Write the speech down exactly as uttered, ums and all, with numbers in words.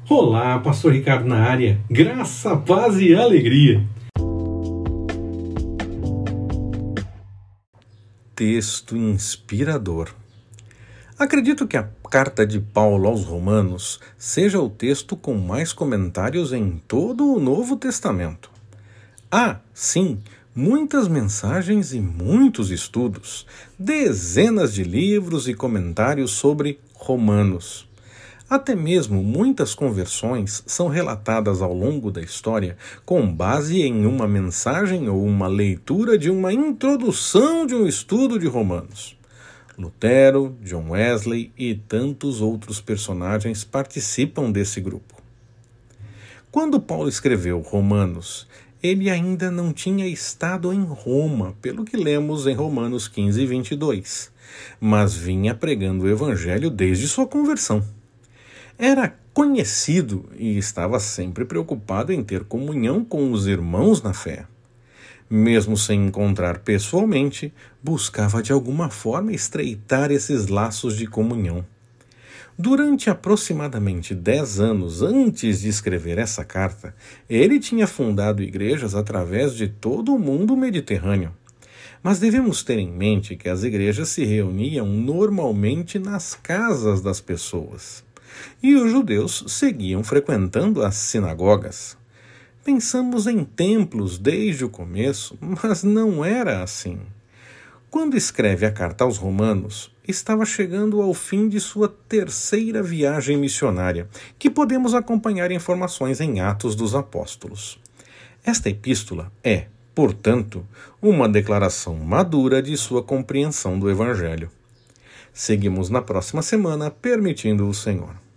Olá, Pastor Ricardo na área. Graça, paz e alegria. Texto inspirador. Acredito que a carta de Paulo aos Romanos seja o texto com mais comentários em todo o Novo Testamento. Há, sim, muitas mensagens e muitos estudos, dezenas de livros e comentários sobre Romanos. Até mesmo muitas conversões são relatadas ao longo da história com base em uma mensagem ou uma leitura de uma introdução de um estudo de Romanos. Lutero, John Wesley e tantos outros personagens participam desse grupo. Quando Paulo escreveu Romanos, ele ainda não tinha estado em Roma, pelo que lemos em Romanos quinze, vinte e dois, mas vinha pregando o Evangelho desde sua conversão. Era conhecido e estava sempre preocupado em ter comunhão com os irmãos na fé. Mesmo sem encontrar pessoalmente, buscava de alguma forma estreitar esses laços de comunhão. Durante aproximadamente dez anos antes de escrever essa carta, ele tinha fundado igrejas através de todo o mundo mediterrâneo. Mas devemos ter em mente que as igrejas se reuniam normalmente nas casas das pessoas. E os judeus seguiam frequentando as sinagogas. Pensamos em templos desde o começo, mas não era assim. Quando escreve a carta aos Romanos, estava chegando ao fim de sua terceira viagem missionária, que podemos acompanhar informações em Atos dos Apóstolos. Esta epístola é, portanto, uma declaração madura de sua compreensão do Evangelho. Seguimos na próxima semana, permitindo o Senhor.